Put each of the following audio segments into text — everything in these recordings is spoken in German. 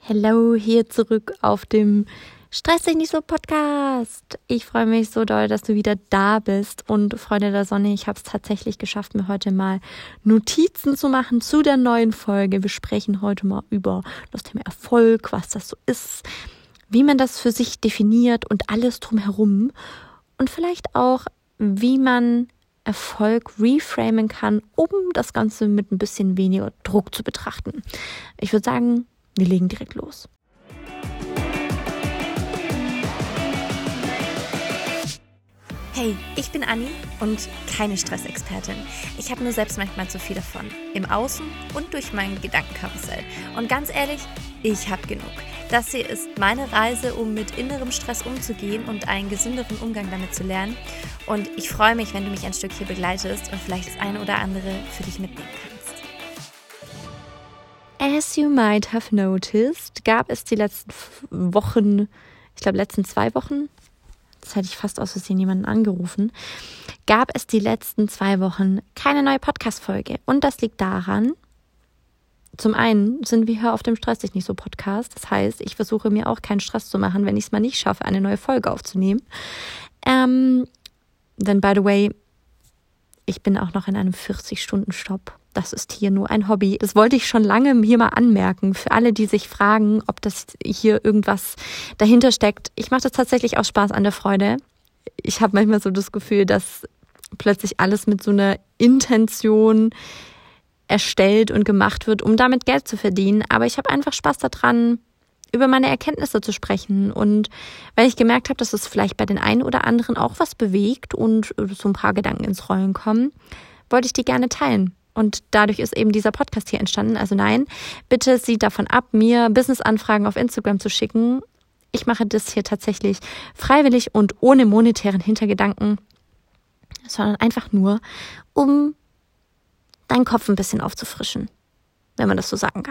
Hello, hier zurück auf dem Stress dich nicht so Podcast. Ich freue mich so doll, dass du wieder da bist und Freunde der Sonne, ich habe es tatsächlich geschafft, mir heute mal Notizen zu machen zu der neuen Folge. Wir sprechen heute mal über das Thema Erfolg, was das so ist, wie man das für sich definiert und alles drumherum und vielleicht auch, wie man Erfolg reframen kann, um das Ganze mit ein bisschen weniger Druck zu betrachten. Ich würde sagen, wir legen direkt los. Hey, ich bin Anni und keine Stressexpertin. Ich habe nur selbst manchmal zu viel davon. Im Außen und durch mein Gedankenkarussell. Und ganz ehrlich, ich habe genug. Das hier ist meine Reise, um mit innerem Stress umzugehen und einen gesünderen Umgang damit zu lernen. Und ich freue mich, wenn du mich ein Stück hier begleitest und vielleicht das eine oder andere für dich mitnehmen kannst. As you might have noticed, gab es die letzten Wochen, ich glaube letzten 2 Wochen, das hätte ich fast aus Versehen jemanden angerufen, gab es die letzten 2 Wochen keine neue Podcast-Folge. Und das liegt daran, zum einen sind wir hier auf dem Stress dich nicht so Podcast. Das heißt, ich versuche mir auch keinen Stress zu machen, wenn ich es mal nicht schaffe, eine neue Folge aufzunehmen. Denn by the way, ich bin auch noch in einem 40-Stunden-Stopp. Das ist hier nur ein Hobby. Das wollte ich schon lange hier mal anmerken. Für alle, die sich fragen, ob das hier irgendwas dahinter steckt. Ich mache das tatsächlich aus Spaß an der Freude. Ich habe manchmal so das Gefühl, dass plötzlich alles mit so einer Intention erstellt und gemacht wird, um damit Geld zu verdienen. Aber ich habe einfach Spaß daran, über meine Erkenntnisse zu sprechen. Und weil ich gemerkt habe, dass es vielleicht bei den einen oder anderen auch was bewegt und so ein paar Gedanken ins Rollen kommen, wollte ich die gerne teilen. Und dadurch ist eben dieser Podcast hier entstanden. Also nein, bitte sieh davon ab, mir Business-Anfragen auf Instagram zu schicken. Ich mache das hier tatsächlich freiwillig und ohne monetären Hintergedanken, sondern einfach nur, um deinen Kopf ein bisschen aufzufrischen, wenn man das so sagen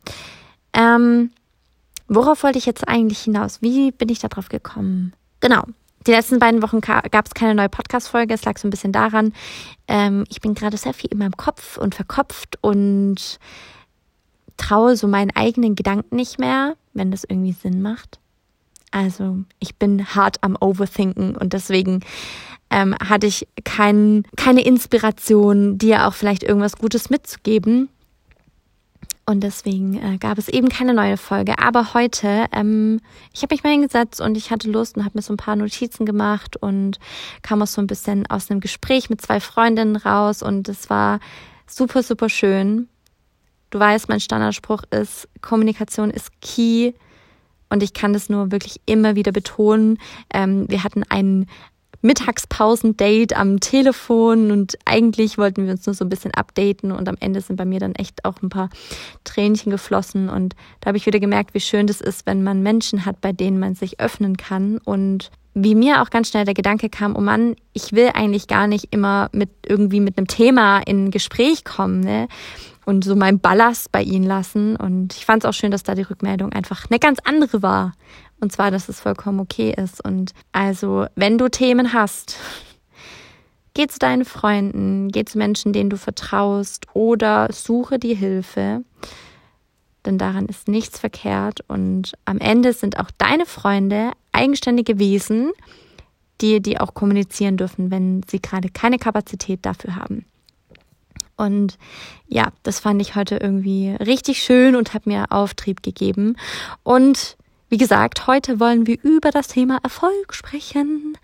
kann. Worauf wollte ich jetzt eigentlich hinaus? Wie bin ich da drauf gekommen? Genau. Die letzten 2 Wochen gab es keine neue Podcast-Folge. Es lag so ein bisschen daran, ich bin gerade sehr viel in meinem Kopf und verkopft und traue so meinen eigenen Gedanken nicht mehr, wenn das irgendwie Sinn macht. Also ich bin hart am Overthinken und deswegen hatte ich keine Inspiration, dir auch vielleicht irgendwas Gutes mitzugeben. Und deswegen gab es eben keine neue Folge. Aber heute, ich habe mich mal hingesetzt und ich hatte Lust und habe mir so ein paar Notizen gemacht und kam auch so ein bisschen aus einem Gespräch mit 2 Freundinnen raus. Und es war super, super schön. Du weißt, mein Standardspruch ist, Kommunikation ist key. Und ich kann das nur wirklich immer wieder betonen. Wir hatten ein Mittagspausendate am Telefon und eigentlich wollten wir uns nur so ein bisschen updaten und am Ende sind bei mir dann echt auch ein paar Tränchen geflossen und da habe ich wieder gemerkt, wie schön das ist, wenn man Menschen hat, bei denen man sich öffnen kann und wie mir auch ganz schnell der Gedanke kam, oh Mann, ich will eigentlich gar nicht immer mit einem Thema in ein Gespräch kommen, ne? Und so meinen Ballast bei ihnen lassen und ich fand es auch schön, dass da die Rückmeldung einfach eine ganz andere war. Und zwar, dass es vollkommen okay ist. Und also, wenn du Themen hast, geh zu deinen Freunden, geh zu Menschen, denen du vertraust oder suche die Hilfe. Denn daran ist nichts verkehrt. Und am Ende sind auch deine Freunde eigenständige Wesen, die auch kommunizieren dürfen, wenn sie gerade keine Kapazität dafür haben. Und ja, das fand ich heute irgendwie richtig schön und hat mir Auftrieb gegeben. Und wie gesagt, heute wollen wir über das Thema Erfolg sprechen.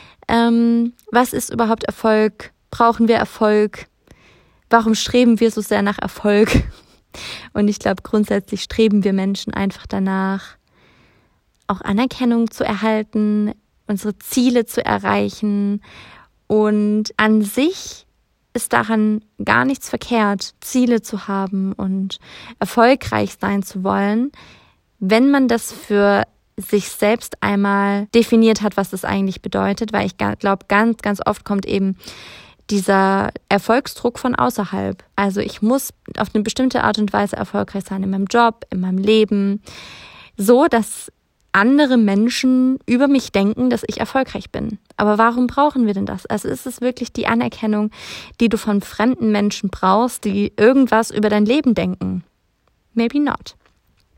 Was ist überhaupt Erfolg? Brauchen wir Erfolg? Warum streben wir so sehr nach Erfolg? Und ich glaube, grundsätzlich streben wir Menschen einfach danach, auch Anerkennung zu erhalten, unsere Ziele zu erreichen. Und an sich ist daran gar nichts verkehrt, Ziele zu haben und erfolgreich sein zu wollen, wenn man das für sich selbst einmal definiert hat, was das eigentlich bedeutet, weil ich glaube, ganz, ganz oft kommt eben dieser Erfolgsdruck von außerhalb. Also ich muss auf eine bestimmte Art und Weise erfolgreich sein in meinem Job, in meinem Leben, so dass andere Menschen über mich denken, dass ich erfolgreich bin. Aber warum brauchen wir denn das? Also ist es wirklich die Anerkennung, die du von fremden Menschen brauchst, die irgendwas über dein Leben denken? Maybe not.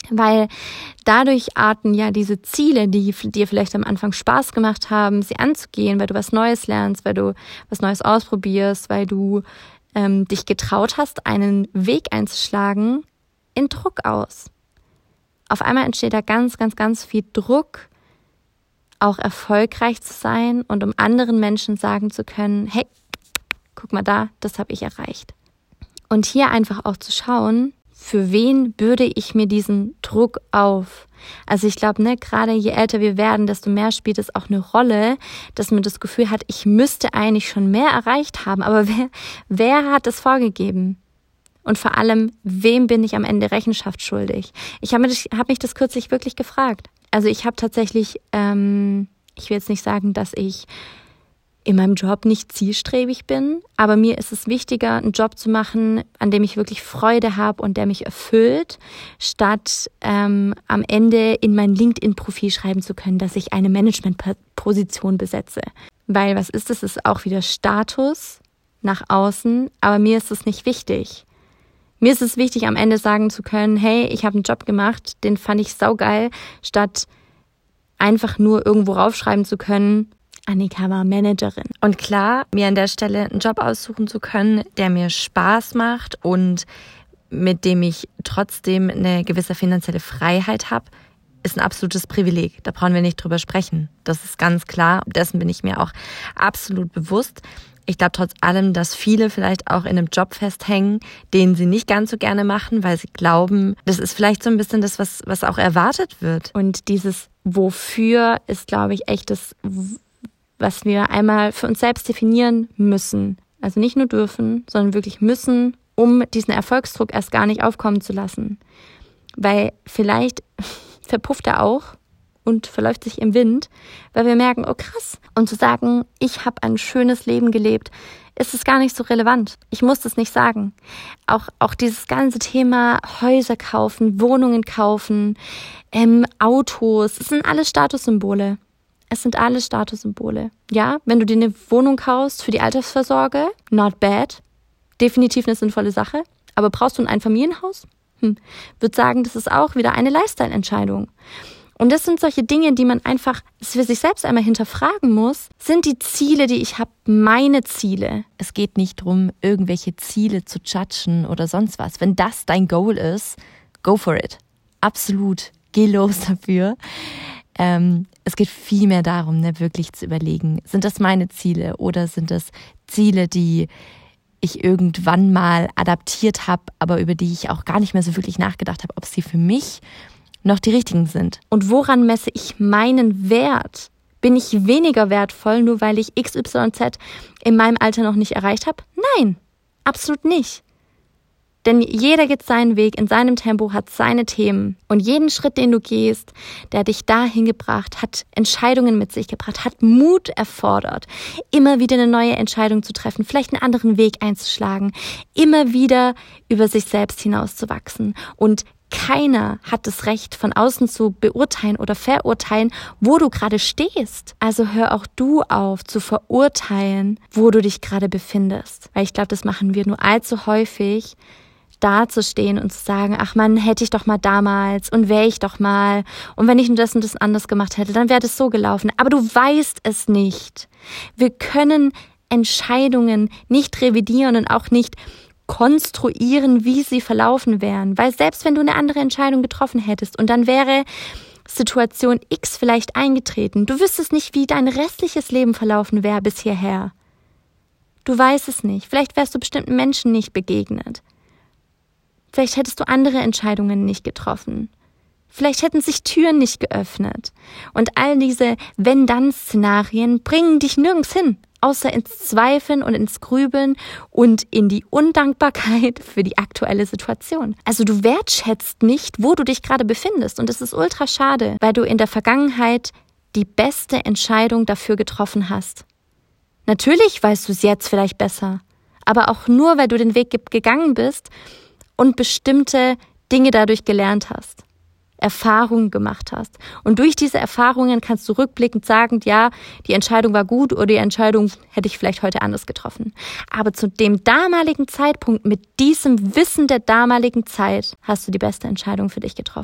Weil dadurch arten ja diese Ziele, die dir vielleicht am Anfang Spaß gemacht haben, sie anzugehen, weil du was Neues lernst, weil du was Neues ausprobierst, weil du dich getraut hast, einen Weg einzuschlagen, in Druck aus. Auf einmal entsteht da ganz, ganz, ganz viel Druck, auch erfolgreich zu sein und um anderen Menschen sagen zu können, hey, guck mal da, das habe ich erreicht. Und hier einfach auch zu schauen, für wen bürde ich mir diesen Druck auf? Also ich glaube, gerade je älter wir werden, desto mehr spielt es auch eine Rolle, dass man das Gefühl hat, ich müsste eigentlich schon mehr erreicht haben. Aber wer hat das vorgegeben? Und vor allem, wem bin ich am Ende Rechenschaft schuldig? Ich habe mich das kürzlich wirklich gefragt. Also ich habe tatsächlich, ich will jetzt nicht sagen, dass ich in meinem Job nicht zielstrebig bin, aber mir ist es wichtiger, einen Job zu machen, an dem ich wirklich Freude habe und der mich erfüllt, statt am Ende in mein LinkedIn-Profil schreiben zu können, dass ich eine Management-Position besetze. Weil was ist das? Es ist auch wieder Status nach außen, aber mir ist es nicht wichtig. Mir ist es wichtig, am Ende sagen zu können, hey, ich habe einen Job gemacht, den fand ich saugeil, statt einfach nur irgendwo raufschreiben zu können, Annika war Managerin. Und klar, mir an der Stelle einen Job aussuchen zu können, der mir Spaß macht und mit dem ich trotzdem eine gewisse finanzielle Freiheit habe, ist ein absolutes Privileg. Da brauchen wir nicht drüber sprechen. Das ist ganz klar. Dessen bin ich mir auch absolut bewusst. Ich glaube trotz allem, dass viele vielleicht auch in einem Job festhängen, den sie nicht ganz so gerne machen, weil sie glauben, das ist vielleicht so ein bisschen das, was auch erwartet wird. Und dieses Wofür ist, glaube ich, echt das, was wir einmal für uns selbst definieren müssen. Also nicht nur dürfen, sondern wirklich müssen, um diesen Erfolgsdruck erst gar nicht aufkommen zu lassen. Weil vielleicht verpufft er auch und verläuft sich im Wind, weil wir merken, oh krass. Und zu sagen, ich habe ein schönes Leben gelebt, ist es gar nicht so relevant. Ich muss das nicht sagen. Auch dieses ganze Thema Häuser kaufen, Wohnungen kaufen, Autos, das sind alles Statussymbole. Es sind alles Statussymbole. Ja, wenn du dir eine Wohnung kaufst für die Altersvorsorge, not bad. Definitiv eine sinnvolle Sache. Aber brauchst du ein Einfamilienhaus? Würde sagen, das ist auch wieder eine Lifestyle-Entscheidung. Und das sind solche Dinge, die man einfach für sich selbst einmal hinterfragen muss. Sind die Ziele, die ich habe, meine Ziele? Es geht nicht darum, irgendwelche Ziele zu judgen oder sonst was. Wenn das dein Goal ist, go for it. Absolut. Geh los dafür. Es geht viel mehr darum, wirklich zu überlegen, sind das meine Ziele oder sind das Ziele, die ich irgendwann mal adaptiert habe, aber über die ich auch gar nicht mehr so wirklich nachgedacht habe, ob sie für mich noch die richtigen sind. Und woran messe ich meinen Wert? Bin ich weniger wertvoll, nur weil ich XYZ in meinem Alter noch nicht erreicht habe? Nein, absolut nicht. Denn jeder geht seinen Weg, in seinem Tempo, hat seine Themen. Und jeden Schritt, den du gehst, der hat dich dahin gebracht, hat Entscheidungen mit sich gebracht, hat Mut erfordert, immer wieder eine neue Entscheidung zu treffen, vielleicht einen anderen Weg einzuschlagen, immer wieder über sich selbst hinauszuwachsen. Und keiner hat das Recht, von außen zu beurteilen oder verurteilen, wo du gerade stehst. Also hör auch du auf, zu verurteilen, wo du dich gerade befindest. Weil ich glaube, das machen wir nur allzu häufig, dazustehen und zu sagen, ach Mann, hätte ich doch mal damals und wäre ich doch mal und wenn ich nur das und das anders gemacht hätte, dann wäre das so gelaufen. Aber du weißt es nicht. Wir können Entscheidungen nicht revidieren und auch nicht konstruieren, wie sie verlaufen wären. Weil selbst wenn du eine andere Entscheidung getroffen hättest und dann wäre Situation X vielleicht eingetreten, du wüsstest nicht, wie dein restliches Leben verlaufen wäre bis hierher. Du weißt es nicht. Vielleicht wärst du bestimmten Menschen nicht begegnet. Vielleicht hättest du andere Entscheidungen nicht getroffen. Vielleicht hätten sich Türen nicht geöffnet. Und all diese Wenn-Dann-Szenarien bringen dich nirgends hin, außer ins Zweifeln und ins Grübeln und in die Undankbarkeit für die aktuelle Situation. Also du wertschätzt nicht, wo du dich gerade befindest. Und es ist ultra schade, weil du in der Vergangenheit die beste Entscheidung dafür getroffen hast. Natürlich weißt du es jetzt vielleicht besser, aber auch nur, weil du den Weg gegangen bist und bestimmte Dinge dadurch gelernt hast, Erfahrungen gemacht hast. Und durch diese Erfahrungen kannst du rückblickend sagen, ja, die Entscheidung war gut oder die Entscheidung hätte ich vielleicht heute anders getroffen. Aber zu dem damaligen Zeitpunkt, mit diesem Wissen der damaligen Zeit, hast du die beste Entscheidung für dich getroffen.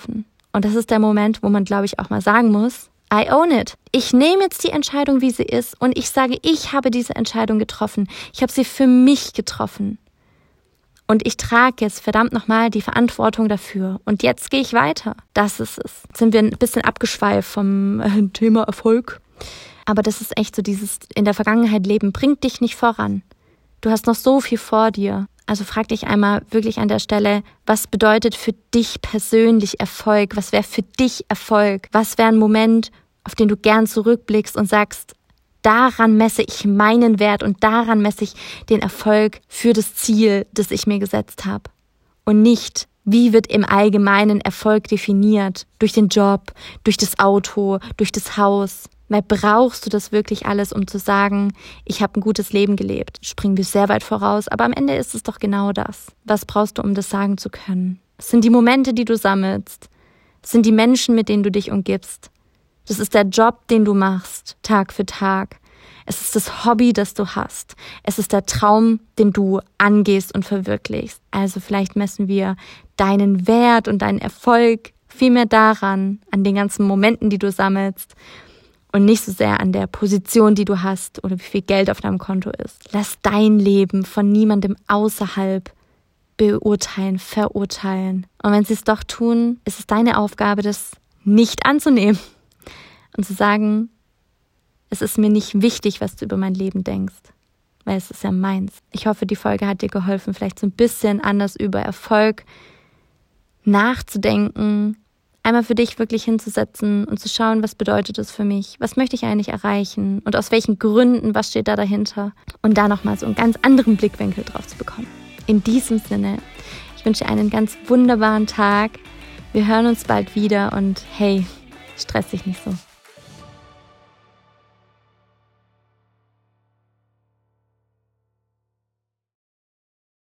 Und das ist der Moment, wo man, glaube ich, auch mal sagen muss, I own it. Ich nehme jetzt die Entscheidung, wie sie ist und ich sage, ich habe diese Entscheidung getroffen. Ich habe sie für mich getroffen. Und ich trage jetzt verdammt nochmal die Verantwortung dafür. Und jetzt gehe ich weiter. Das ist es. Jetzt sind wir ein bisschen abgeschweift vom Thema Erfolg. Aber das ist echt so dieses in der Vergangenheit leben bringt dich nicht voran. Du hast noch so viel vor dir. Also frag dich einmal wirklich an der Stelle, was bedeutet für dich persönlich Erfolg? Was wäre für dich Erfolg? Was wäre ein Moment, auf den du gern zurückblickst und sagst, daran messe ich meinen Wert und daran messe ich den Erfolg für das Ziel, das ich mir gesetzt habe. Und nicht, wie wird im Allgemeinen Erfolg definiert? Durch den Job, durch das Auto, durch das Haus. Weil brauchst du das wirklich alles, um zu sagen, ich habe ein gutes Leben gelebt? Springen wir sehr weit voraus, aber am Ende ist es doch genau das. Was brauchst du, um das sagen zu können? Es sind die Momente, die du sammelst. Es sind die Menschen, mit denen du dich umgibst. Das ist der Job, den du machst, Tag für Tag. Es ist das Hobby, das du hast. Es ist der Traum, den du angehst und verwirklichst. Also vielleicht messen wir deinen Wert und deinen Erfolg viel mehr daran, an den ganzen Momenten, die du sammelst, und nicht so sehr an der Position, die du hast oder wie viel Geld auf deinem Konto ist. Lass dein Leben von niemandem außerhalb beurteilen, verurteilen. Und wenn sie es doch tun, ist es deine Aufgabe, das nicht anzunehmen und zu sagen, es ist mir nicht wichtig, was du über mein Leben denkst, weil es ist ja meins. Ich hoffe, die Folge hat dir geholfen, vielleicht so ein bisschen anders über Erfolg nachzudenken, einmal für dich wirklich hinzusetzen und zu schauen, was bedeutet das für mich? Was möchte ich eigentlich erreichen? Und aus welchen Gründen? Was steht da dahinter? Und da nochmal so einen ganz anderen Blickwinkel drauf zu bekommen. In diesem Sinne, ich wünsche dir einen ganz wunderbaren Tag. Wir hören uns bald wieder und hey, stress dich nicht so.